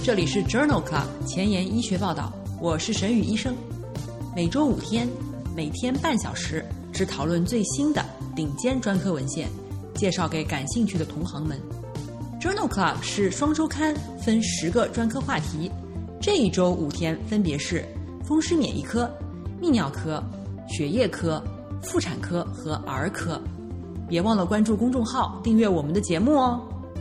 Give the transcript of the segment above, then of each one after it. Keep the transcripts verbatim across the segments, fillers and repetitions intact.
这里是 Journal Club 前沿医学报道，我是沈宇医生。每周五天，每天半小时，只讨论最新的顶尖专科文献，介绍给感兴趣的同行们。Journal Club 是双周刊，分十个专科话题。这一周五天分别是风湿免疫科、泌尿科、血液科、妇产科和儿科。别忘了关注公众号，订阅我们的节目哦。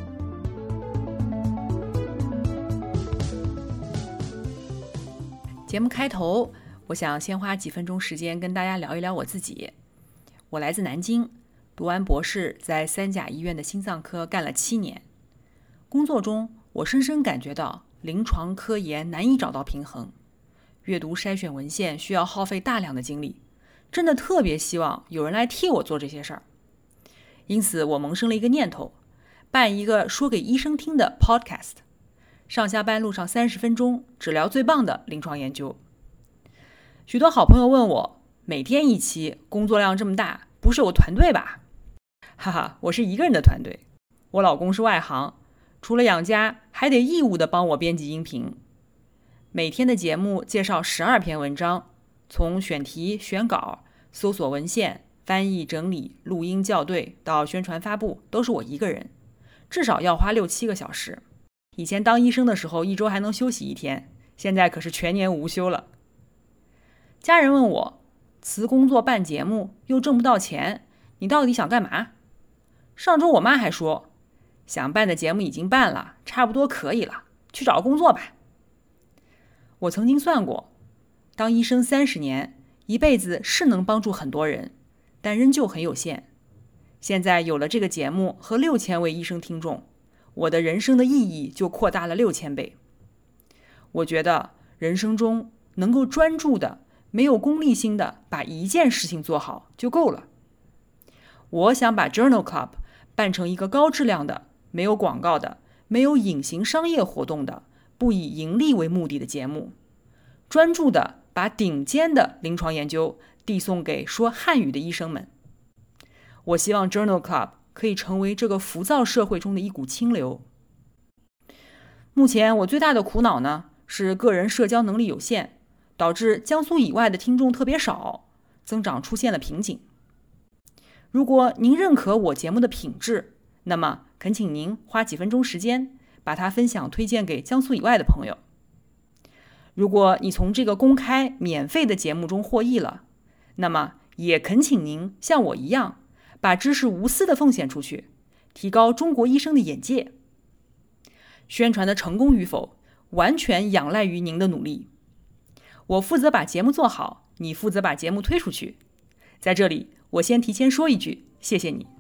节目开头，我想先花几分钟时间跟大家聊一聊我自己。我来自南京，读完博士，在三甲医院的心脏科干了七年。工作中，我深深感觉到临床科研难以找到平衡，阅读筛选文献需要耗费大量的精力，真的特别希望有人来替我做这些事儿。因此，我萌生了一个念头，办一个说给医生听的 podcast。上下班路上三十分钟，只聊最棒的临床研究。许多好朋友问我，每天一期，工作量这么大，不是有团队吧？哈哈，我是一个人的团队。我老公是外行，除了养家，还得义务的帮我编辑音频。每天的节目介绍十二篇文章，从选题、选稿、搜索文献、翻译、整理、录音、校对到宣传发布，都是我一个人，至少要花六七个小时。以前当医生的时候，一周还能休息一天，现在可是全年无休了。家人问我，辞工作办节目又挣不到钱，你到底想干嘛？上周我妈还说，想办的节目已经办了，差不多可以了，去找工作吧。我曾经算过，当医生三十年，一辈子是能帮助很多人，但仍旧很有限。现在有了这个节目和六千位医生听众，我的人生的意义就扩大了六千倍。我觉得人生中能够专注的、没有功利心的把一件事情做好就够了。我想把 Journal Club 办成一个高质量的、没有广告的、没有隐形商业活动的、不以盈利为目的的节目，专注的把顶尖的临床研究递送给说汉语的医生们。我希望 Journal Club可以成为这个浮躁社会中的一股清流。目前我最大的苦恼呢，是个人社交能力有限，导致江苏以外的听众特别少，增长出现了瓶颈。如果您认可我节目的品质，那么恳请您花几分钟时间，把它分享推荐给江苏以外的朋友。如果你从这个公开免费的节目中获益了，那么也恳请您像我一样，把知识无私的奉献出去，提高中国医生的眼界。宣传的成功与否，完全仰赖于您的努力。我负责把节目做好，你负责把节目推出去。在这里，我先提前说一句，谢谢你。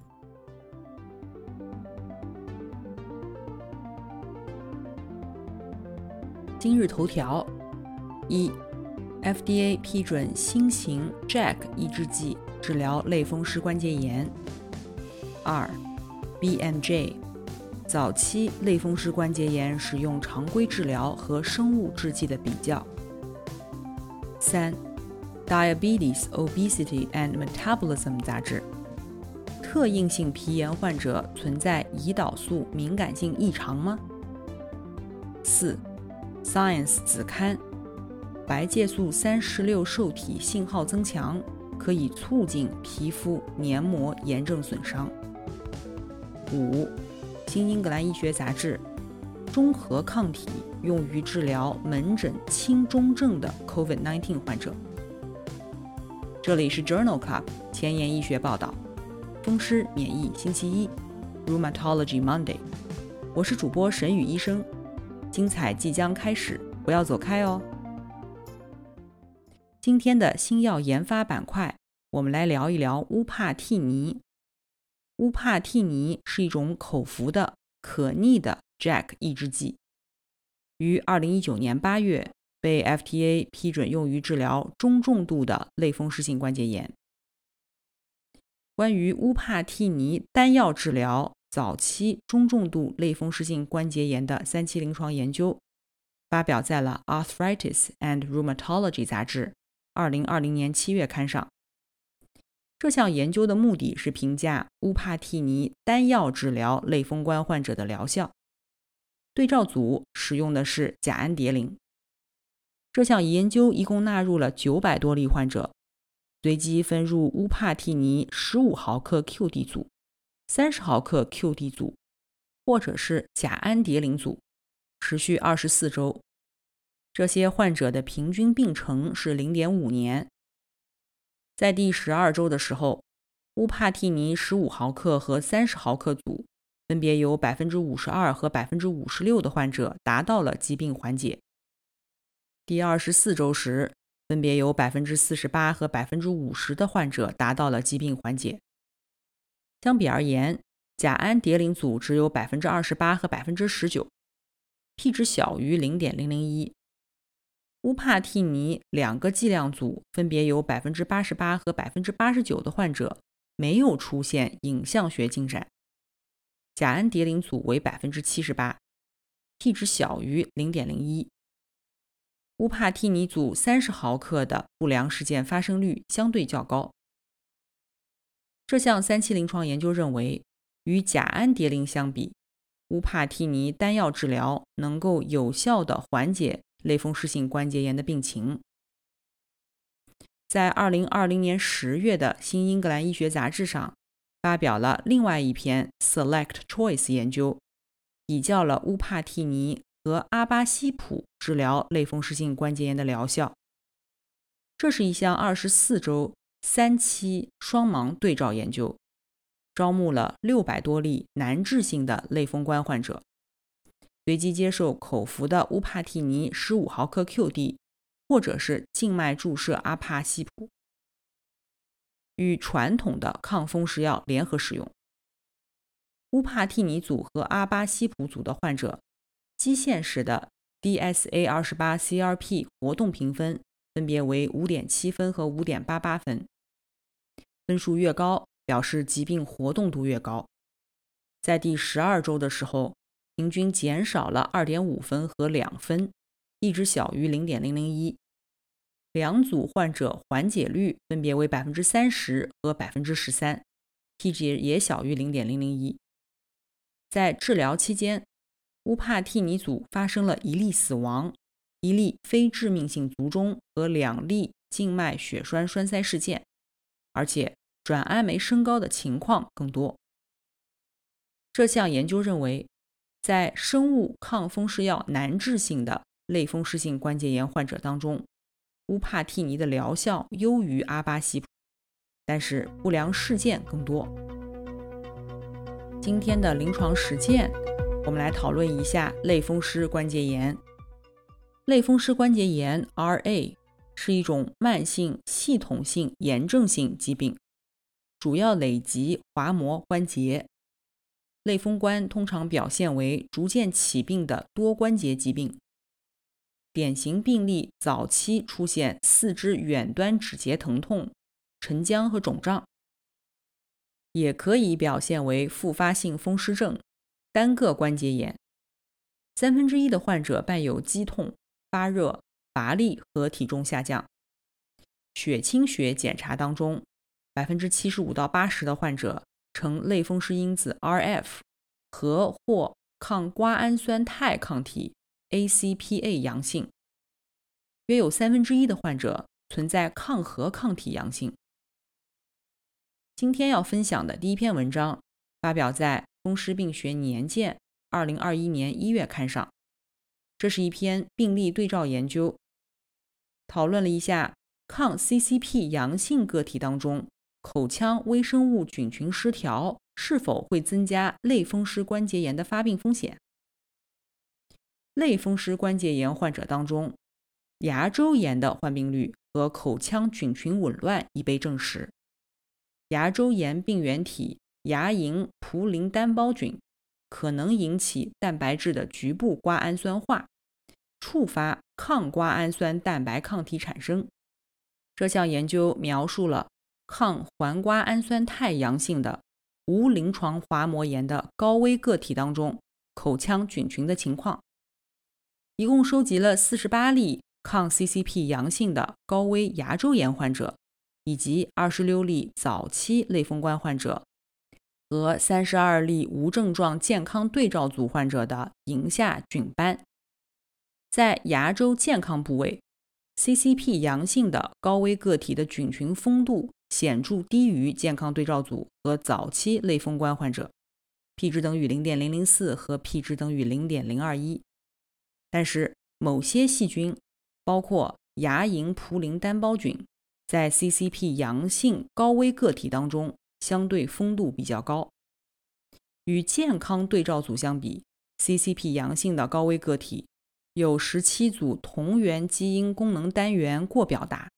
今日头条：一 ，F D A 批准新型 J A K 抑制剂治疗类风湿关节炎。二 ，B M J 早期类风湿关节炎使用常规治疗和生物制剂的比较。三 ，Diabetes, Obesity and Metabolism 杂志，特应性皮炎患者存在胰岛素敏感性异常吗？四 ，Science 子刊，白介素三十六受体信号增强，可以促进皮肤黏膜炎症损伤。五，新英格兰医学杂志，中和抗体用于治疗门诊轻中症的 COVID 十九 患者。这里是 Journal Club 前沿医学报道，风湿免疫星期一 Rheumatology Monday， 我是主播沈宇医生，精彩即将开始，不要走开哦。今天的新药研发板块，我们来聊一聊乌帕替尼。乌帕替尼是一种口服的可逆的 J A K 抑制剂，于二零一九年八月被 F D A 批准用于治疗中重度的类风湿性关节炎。关于乌帕替尼单药治疗早期中重度类风湿性关节炎的三期临床研究，发表在了 Arthritis and Rheumatology 杂志二零二零年七月刊上。这项研究的目的是评价乌帕替尼单药治疗类风关患者的疗效。 对照组使用的是甲氨蝶呤。这项研究一共纳入了九百多例患者，随机分入乌帕替尼十五毫克 Q D 组、三十毫克 Q D 组，或者是甲氨蝶呤组，持续二十四周。这些患者的平均病程是 零点五年。在第十二周的时候，乌帕替尼十五毫克和三十毫克组分别有 百分之五十二 和 百分之五十六 的患者达到了疾病缓解。第二十四周时，分别有 百分之四十八 和 百分之五十 的患者达到了疾病缓解。相比而言，甲氨蝶呤组只有 百分之二十八 和 百分之十九， P 值小于 零点零零一。乌帕替尼两个剂量组分别有 百分之八十八 和 百分之八十九 的患者没有出现影像学进展，甲氨蝶呤组为 百分之七十八， P 值小于 零点零一。乌帕替尼组三十毫克的不良事件发生率相对较高。这项三期临床研究认为，与甲氨蝶呤相比，乌帕替尼单药治疗能够有效地缓解类风湿性关节炎的病情。在二零二零年十月的新英格兰医学杂志上发表了另外一篇 Select Choice 研究，比较了乌帕替尼和阿巴西普治疗类风湿性关节炎的疗效。这是一项二十四周三期双盲对照研究，招募了六百多例难治性的类风关患者，随机接受口服的乌帕替尼十五毫克 Q D 或者是静脉注射阿帕西普，与传统的抗风湿药联合使用。乌帕替尼组和阿巴西普组的患者基线时的 D S A 二十八 C R P 活动评分分别为 五点七 分和 五点八八 分，分数越高表示疾病活动度越高。在第十二周的时候，平均减少了 二点五 分和两分，一值小于 零点零零一。两组患者缓解率分别为 百分之三十 和 百分之十三， P 值也小于 零点零零一。在治疗期间，乌帕替尼组发生了一例死亡、一例非致命性卒中和两例静脉血栓栓塞事件，而且转氨酶升高的情况更多。这项研究认为，在生物抗风湿药难治性的类风湿性关节炎患者当中，乌帕替尼的疗效优于阿巴西普，但是不良事件更多。今天的临床实践，我们来讨论一下类风湿关节炎。类风湿关节炎 R A 是一种慢性系统性炎症性疾病，主要累及滑膜关节。类风关通常表现为逐渐起病的多关节疾病，典型病例早期出现四肢远端指节疼痛、沉僵和肿胀，也可以表现为复发性风湿症、单个关节炎。三分之一的患者伴有肌痛、发热、乏力和体重下降。血清学检查当中， 百分之七十五到八十 的患者呈类风湿因子 R F 和或抗瓜氨酸肽抗体 A C P A 阳性，约有三分之一的患者存在抗核抗体阳性。今天要分享的第一篇文章发表在《风湿病学年鉴》二零二一年一月刊上，这是一篇病例对照研究，讨论了一下抗 C C P 阳性个体当中口腔微生物菌群失调是否会增加类风湿关节炎的发病风险。类风湿关节炎患者当中，牙周炎的患病率和口腔菌群紊乱已被证实。牙周炎病原体牙龈普林单胞菌可能引起蛋白质的局部瓜氨酸化，触发抗瓜氨酸蛋白抗体产生。这项研究描述了抗环瓜氨酸肽阳性的无临床滑膜炎的高危个体当中口腔菌群的情况，一共收集了四十八例抗 C C P 阳性的高危牙周炎患者，以及二十六例早期类风关患者， 和三十二例无症状健康对照组患者的迎下菌斑。在牙周健康部位， C C P 阳性的高危个体的菌群丰度显著低于健康对照组和早期类风关患者， P 值等于 零点零零四 和 P 值等于 零点零二一。 但是某些细菌，包括牙龈普林单胞菌，在 C C P 阳性高危个体当中相对丰度比较高。与健康对照组相比， C C P 阳性的高危个体有十七组同源基因功能单元过表达，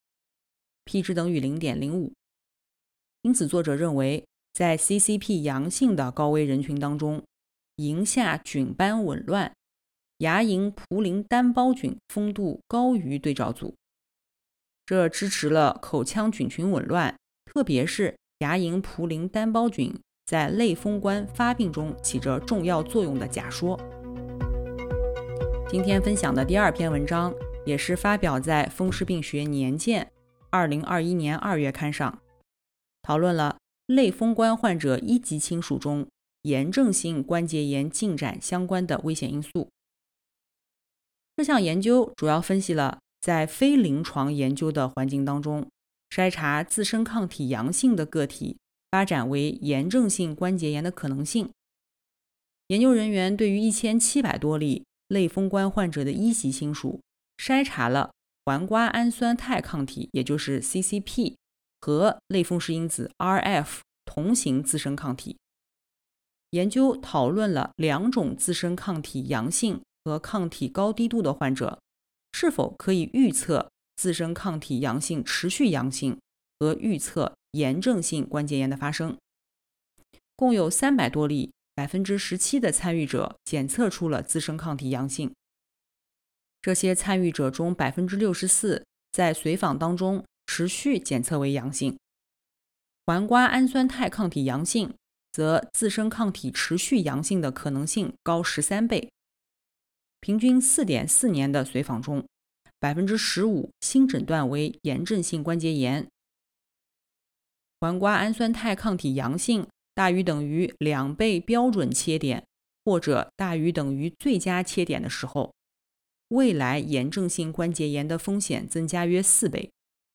P 值等于 零点零五。 因此作者认为，在 C C P 阳性的高危人群当中，迎下菌斑紊乱，牙龈普林单胞菌丰度高于对照组，这支持了口腔菌群紊乱，特别是牙龈普林单胞菌在类风关发病中起着重要作用的假说。今天分享的第二篇文章也是发表在《风湿病学年鉴》二零二一年二月刊上，讨论了类风关患者一级亲属中炎症性关节炎进展相关的危险因素。这项研究主要分析了在非临床研究的环境当中，筛查自身抗体阳性的个体发展为炎症性关节炎的可能性。研究人员对于一千七百多例类风关患者的一级亲属筛查了环瓜氨酸肽抗体，也就是 C C P 和类风湿因子 R F 同型自身抗体。研究讨论了两种自身抗体阳性和抗体高低度的患者是否可以预测自身抗体阳性持续阳性和预测炎症性关节炎的发生。共有三百多例 百分之十七 的参与者检测出了自身抗体阳性。这些参与者中 百分之六十四 在随访当中持续检测为阳性。环瓜氨酸肽抗体阳性则自身抗体持续阳性的可能性高十三倍。平均 四点四 年的随访中， 百分之十五 新诊断为炎症性关节炎。环瓜氨酸肽抗体阳性大于等于两倍标准切点或者大于等于最佳切点的时候，未来炎症性关节炎的风险增加约四倍，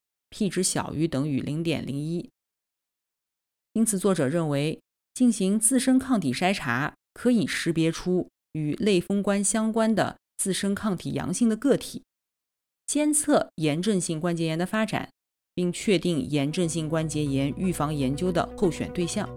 P 值小于等于 零点零一。 因此作者认为，进行自身抗体筛查可以识别出与类风关相关的自身抗体阳性的个体，监测炎症性关节炎的发展，并确定炎症性关节炎预防研究的候选对象。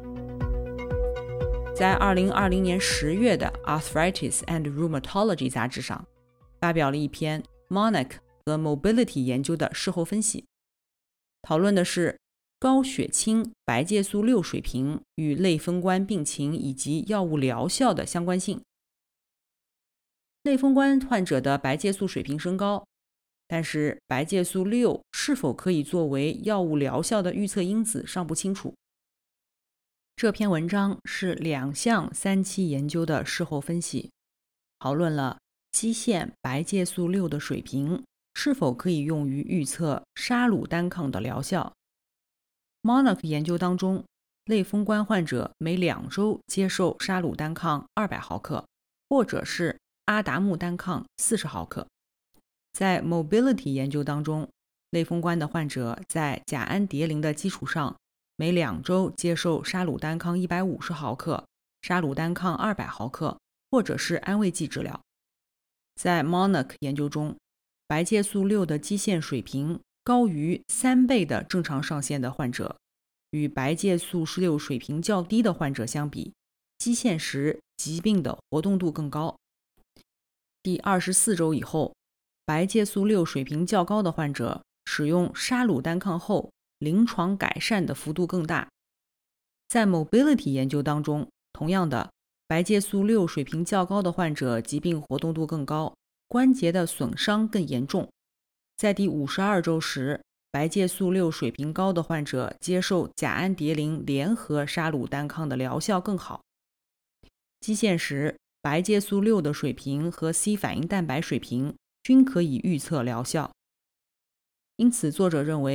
在二零二零年十月的 Arthritis and Rheumatology 杂志上发表了一篇 Monarch 和 Mobility 研究的事后分析，讨论的是高血清白介素六水平与类风关病情以及药物疗效的相关性。类风关患者的白介素水平升高，但是白介素六是否可以作为药物疗效的预测因子尚不清楚。这篇文章是两项三期研究的事后分析，讨论了基线白介素六的水平是否可以用于预测沙鲁单抗的疗效。Monarch 研究当中，类风关患者每两周接受沙鲁单抗二百毫克，或者是阿达木单抗四十毫克。在 Mobility 研究当中，类风关的患者在甲氨蝶呤的基础上，每两周接受沙鲁单抗一百五十毫克、沙鲁单抗二百毫克，或者是安慰剂治疗。在 Monarch 研究中，白介素六的基线水平高于三倍的正常上限的患者，与白介素六水平较低的患者相比，基线时疾病的活动度更高。第二十四周以后，白介素六水平较高的患者使用沙鲁单抗后，临床改善的幅度更大。在 Mobility 研究当中，同样的，白介素六水平较高的患者疾病活动度更高，关节的损伤更严重。在第五十二周时，白介素六水平高的患者接受甲氨蝶呤联合沙鲁单抗的疗效更好。基线时，白介素六的水平和 C 反应蛋白水平均可以预测疗效。因此作者认为，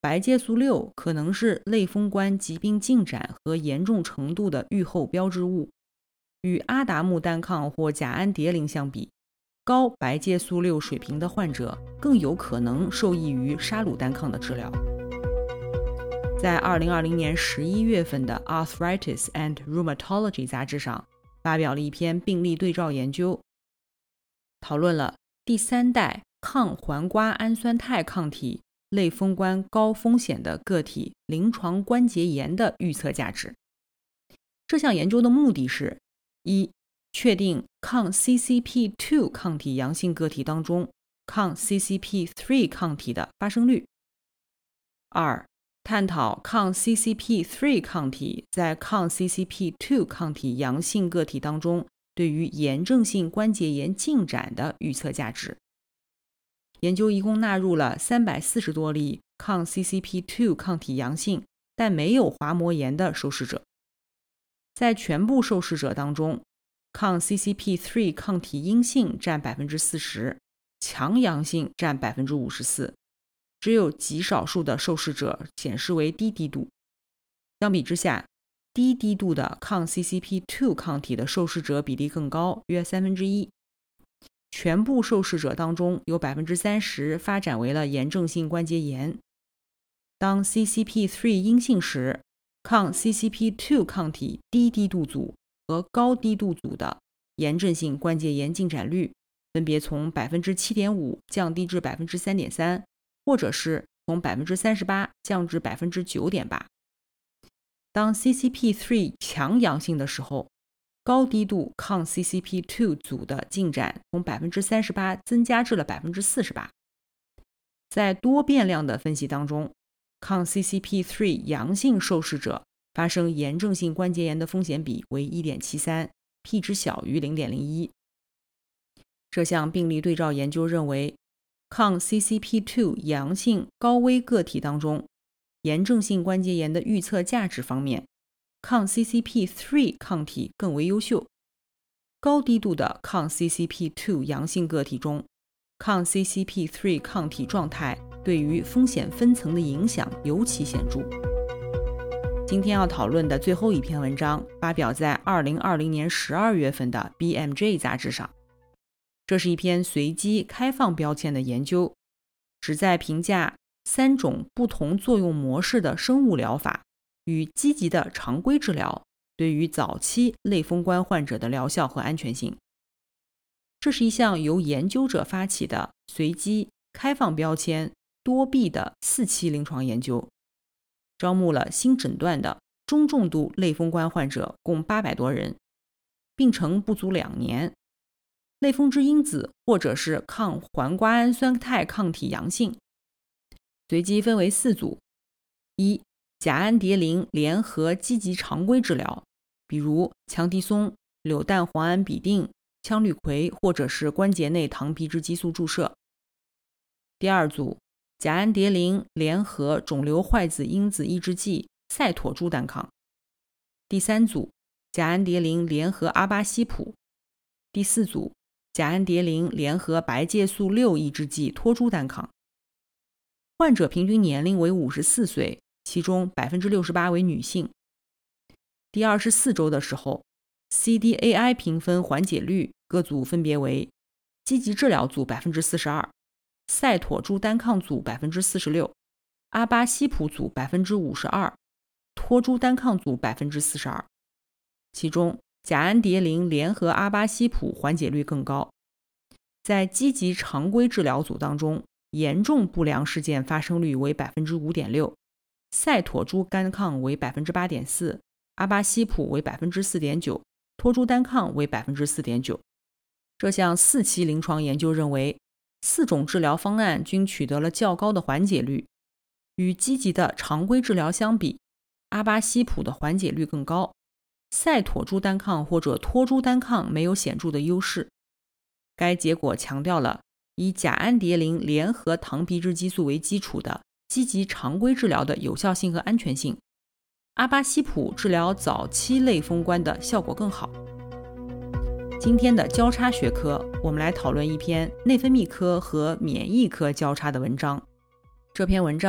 白介素六可能是类风关疾病进展和严重程度的预后标志物。与阿达木单抗或甲氨蝶呤相比，高白介素六水平的患者更有可能受益于沙鲁单抗的治疗。在二零二零年十一月份的 Arthritis and Rheumatology 杂志上发表了一篇病例对照研究，讨论了第三代抗环瓜氨酸肽抗体类风关高风险的个体临床关节炎的预测价值。这项研究的目的是：一、确定抗 C C P 二 抗体阳性个体当中抗 C C P 三 抗体的发生率；二、探讨抗 C C P 三 抗体在抗 C C P 二 抗体阳性个体当中对于炎症性关节炎进展的预测价值。研究一共纳入了三百四十多例抗 C C P 二 抗体阳性但没有滑膜炎的受试者。在全部受试者当中，抗 C C P 三 抗体阴性占 百分之四十， 强阳性占 百分之五十四， 只有极少数的受试者显示为低低度。相比之下，低低度的抗 C C P 二 抗体的受试者比例更高，约三分之一。全部受试者当中有 百分之三十 发展为了炎症性关节炎。当 C C P 三 阴性时，抗 C C P 二 抗体低低度组和高低度组的炎症性关节炎进展率分别从 百分之七点五 降低至 百分之三点三， 或者是从 百分之三十八 降至 百分之九点八。 当 C C P 三 强阳性的时候，高低度抗 C C P 二 组的进展从 百分之三十八 增加至了 百分之四十八。 在多变量的分析当中，抗 C C P 三 阳性受试者发生炎症性关节炎的风险比为 一点七三， P 值小于 零点零一。 这项病例对照研究认为，抗 C C P 二 阳性高危个体当中，炎症性关节炎的预测价值方面，抗 C C P 三 抗体更为优秀。高低度的抗 C C P 二 阳性个体中，抗 C C P 三 抗体状态对于风险分层的影响尤其显著。今天要讨论的最后一篇文章发表在二零二零年十二月份的 B M J 杂志上。这是一篇随机开放标签的研究，旨在评价三种不同作用模式的生物疗法与积极的常规治疗对于早期类风关患者的疗效和安全性。这是一项由研究者发起的随机开放标签多臂的四期临床研究，招募了新诊断的中重度类风关患者共八百多人，病程不足两年，类风湿因子或者是抗环瓜氨酸肽抗体阳性。随机分为四组：一、甲氨蝶呤联合积极常规治疗，比如强地松、柳氮磺胺吡啶、羟氯喹或者是关节内糖皮质激素注射。第二组，甲氨蝶呤联合肿瘤坏死因子抑制剂赛妥珠单抗。第三组，甲氨蝶呤联合阿巴西普。第四组，甲氨蝶呤联合白介素六抑制剂托珠单抗。患者平均年龄为五十四岁，其中 百分之六十八 为女性。第二十四周的时候， C D A I 评分缓解率各组分别为积极治疗组 百分之四十二， 赛妥珠单抗组 百分之四十六， 阿巴西普组 百分之五十二， 托珠单抗组 百分之四十二。 其中甲氨蝶呤联合阿巴西普缓解率更高。在积极常规治疗组当中，严重不良事件发生率为 百分之五点六， 赛妥珠单抗为 百分之八点四， 阿巴西普为 百分之四点九， 托珠单抗为 百分之四点九。 这项四期临床研究认为，四种治疗方案均取得了较高的缓解率。与积极的常规治疗相比，阿巴西普的缓解率更高，赛妥珠单抗或者托珠单抗没有显著的优势。该结果强调了以甲氨蝶呤联合糖皮质激素为基础的积极常规治疗的有效性和安全性。阿巴西普治疗早期类风关的效果更好。今天的交叉学科，我们来讨论一篇内分泌科和免疫科交叉的文章。这篇文章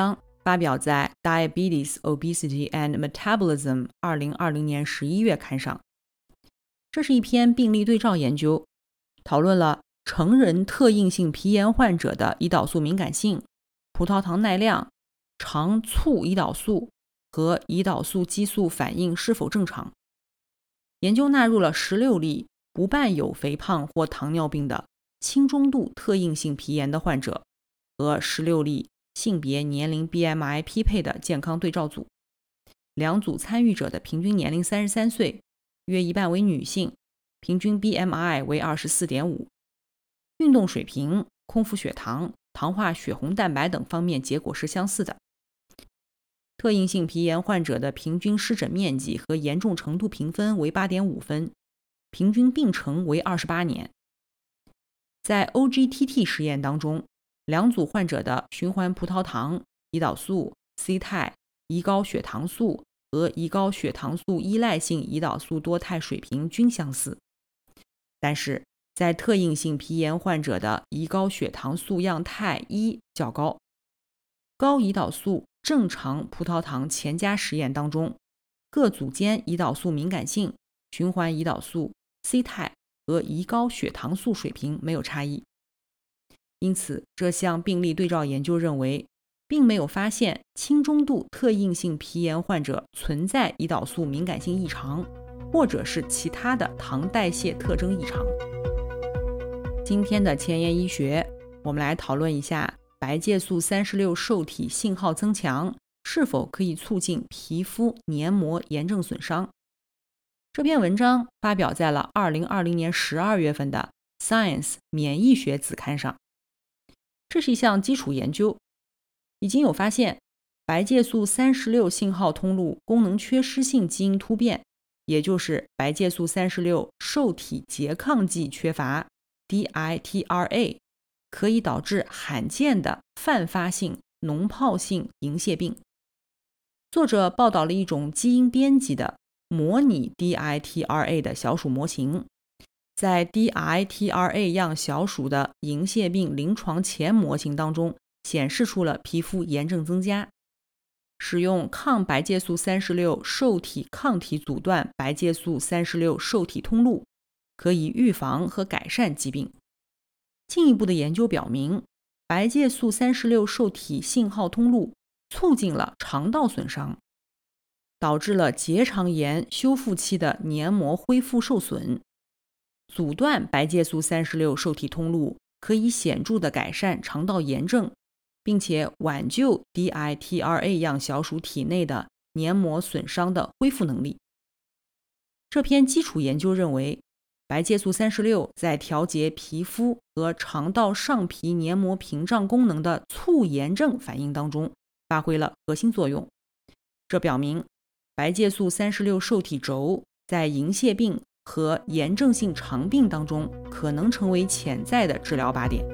发表在 Diabetes, Obesity and Metabolism 二零二零年十一月刊上。这是一篇病例对照研究，讨论了成人特应性皮炎患者的胰岛素敏感性、葡萄糖耐量、肠促胰岛素和胰岛素激素反应是否正常。研究纳入了十六例不伴有肥胖或糖尿病的轻中度特应性皮炎的患者和十六例性别、年龄、B M I 匹配的健康对照组。两组参与者的平均年龄三十三岁，约一半为女性，平均 B M I 为 二十四点五。运动水平、空腹血糖、糖化血红蛋白等方面结果是相似的。特应性皮炎患者的平均湿疹面积和严重程度评分为 八点五分，平均病程为二十八年。在 O G T T 实验当中，两组患者的循环葡萄糖、胰岛素、C 肽、胰高血糖素和胰高血糖素依赖性胰岛素多肽水平均相似，但是在特应性皮炎患者的胰高血糖素样肽一较高。高胰岛素正常葡萄糖前加实验当中，各组间胰岛素敏感性、循环胰岛素、C 肽和胰高血糖素水平没有差异。因此，这项病例对照研究认为，并没有发现轻中度特应性皮炎患者存在胰岛素敏感性异常，或者是其他的糖代谢特征异常。今天的前沿医学，我们来讨论一下白介素三十六受体信号增强是否可以促进皮肤黏膜炎症损伤。这篇文章发表在了二零二零年十二月份的 Science 免疫学子刊上。这是一项基础研究，已经有发现白介素三十六信号通路功能缺失性基因突变，也就是白介素三十六受体拮抗剂缺乏 D I T R A， 可以导致罕见的泛发性脓疱性银屑病。作者报道了一种基因编辑的模拟 D I T R A 的小鼠模型，在 D I T R A 样小鼠的银屑病临床前模型当中，显示出了皮肤炎症增加。使用抗白介素三十六受体抗体阻断白介素三十六受体通路，可以预防和改善疾病。进一步的研究表明，白介素三十六受体信号通路促进了肠道损伤，导致了结肠炎修复期的黏膜恢复受损。阻断白介素三十六受体通路可以显著地改善肠道炎症，并且挽救 D I T R A 样小鼠体内的黏膜损伤的恢复能力。这篇基础研究认为，白介素三十六在调节皮肤和肠道上皮黏膜屏障功能的促炎症反应当中发挥了核心作用。这表明白介素三十六受体轴在银屑病和炎症性肠病当中可能成为潜在的治疗靶点。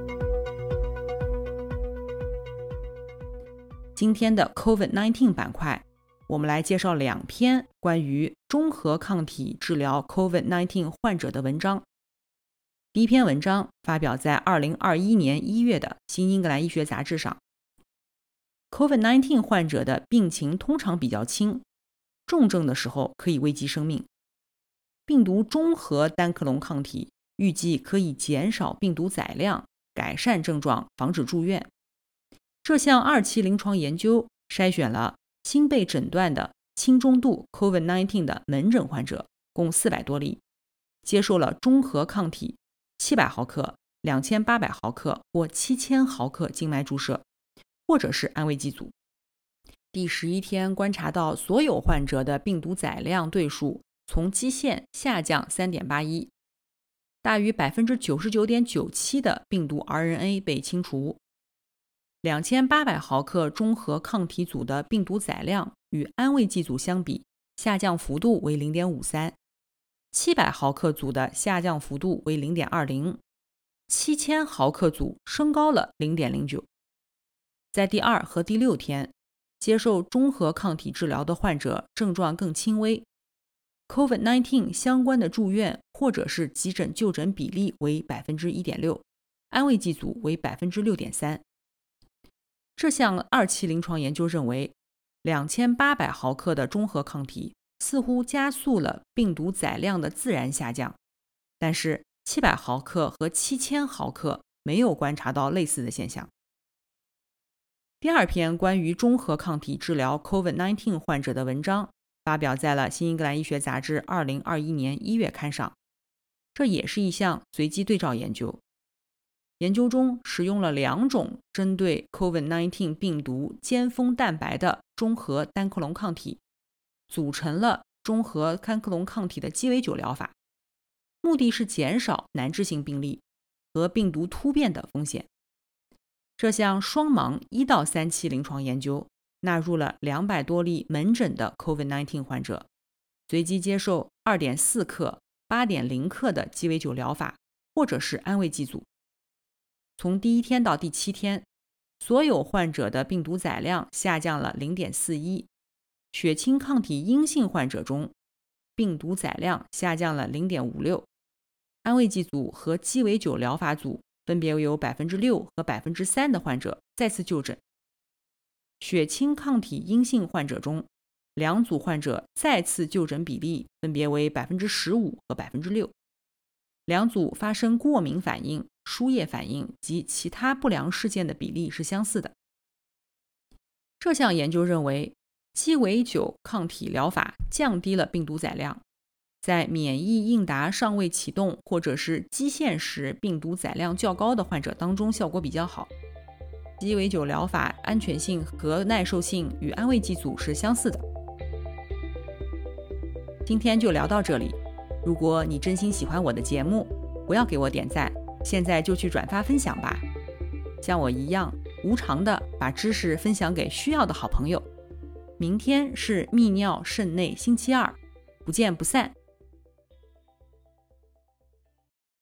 今天的 COVID 十九 板块，我们来介绍两篇关于中和抗体治疗 COVID 十九 患者的文章。第一篇文章发表在二零二一年一月的新英格兰医学杂志上。COVID 十九 患者的病情通常比较轻，重症的时候可以危及生命。病毒中和单克隆抗体预计可以减少病毒载量，改善症状，防止住院。这项二期临床研究筛选了新被诊断的轻中度 COVID 十九 的门诊患者，共四百多例，接受了中和抗体七百毫克、两千八百毫克或七千毫克静脉注射，或者是安慰剂组。第十一天观察到所有患者的病毒载量对数从基线下降 三点八一， 大于 百分之九十九点九七 的病毒 R N A 被清除。两千八百毫克中和抗体组的病毒载量与安慰剂组相比，下降幅度为 零点五三， 七百毫克组的下降幅度为 零点二零， 七千毫克组升高了 零点零九。 在第二和第六天，接受中和抗体治疗的患者症状更轻微， COVID 十九 相关的住院或者是急诊就诊比例为 百分之一点六， 安慰剂组为 百分之六点三。 这项二期临床研究认为，两千八百毫克的中和抗体似乎加速了病毒载量的自然下降，但是七百毫克和七千毫克没有观察到类似的现象。第二篇关于中和抗体治疗 COVID 十九 患者的文章发表在了《新英格兰医学杂志》二零二一年一月刊上。这也是一项随机对照研究。研究中使用了两种针对 COVID 十九 病毒尖峰蛋白的中和单克隆抗体，组成了中和单克隆抗体的鸡尾酒疗法，目的是减少难治性病例和病毒突变的风险。这项双盲一到三期临床研究纳入了两百多例门诊的 COVID 十九 患者，随机接受 二点四克、八点零克的鸡尾酒疗法或者是安慰剂组。从第一天到第七天，所有患者的病毒载量下降了 零点四一， 血清抗体阴性患者中，病毒载量下降了 零点五六， 安慰剂组和鸡尾酒疗法组分别有 百分之六 和 百分之三 的患者再次就诊。血清抗体阴性患者中，两组患者再次就诊比例分别为 百分之十五 和 百分之六， 两组发生过敏反应、输液反应及其他不良事件的比例是相似的。这项研究认为，鸡尾酒抗体疗法降低了病毒载量，在免疫应答尚未启动或者是基线时病毒载量较高的患者当中效果比较好。鸡尾酒疗法安全性和耐受性与安慰剂组是相似的。今天就聊到这里，如果你真心喜欢我的节目，不要给我点赞，现在就去转发分享吧，像我一样无偿的把知识分享给需要的好朋友。明天是泌尿肾内星期二，不见不散。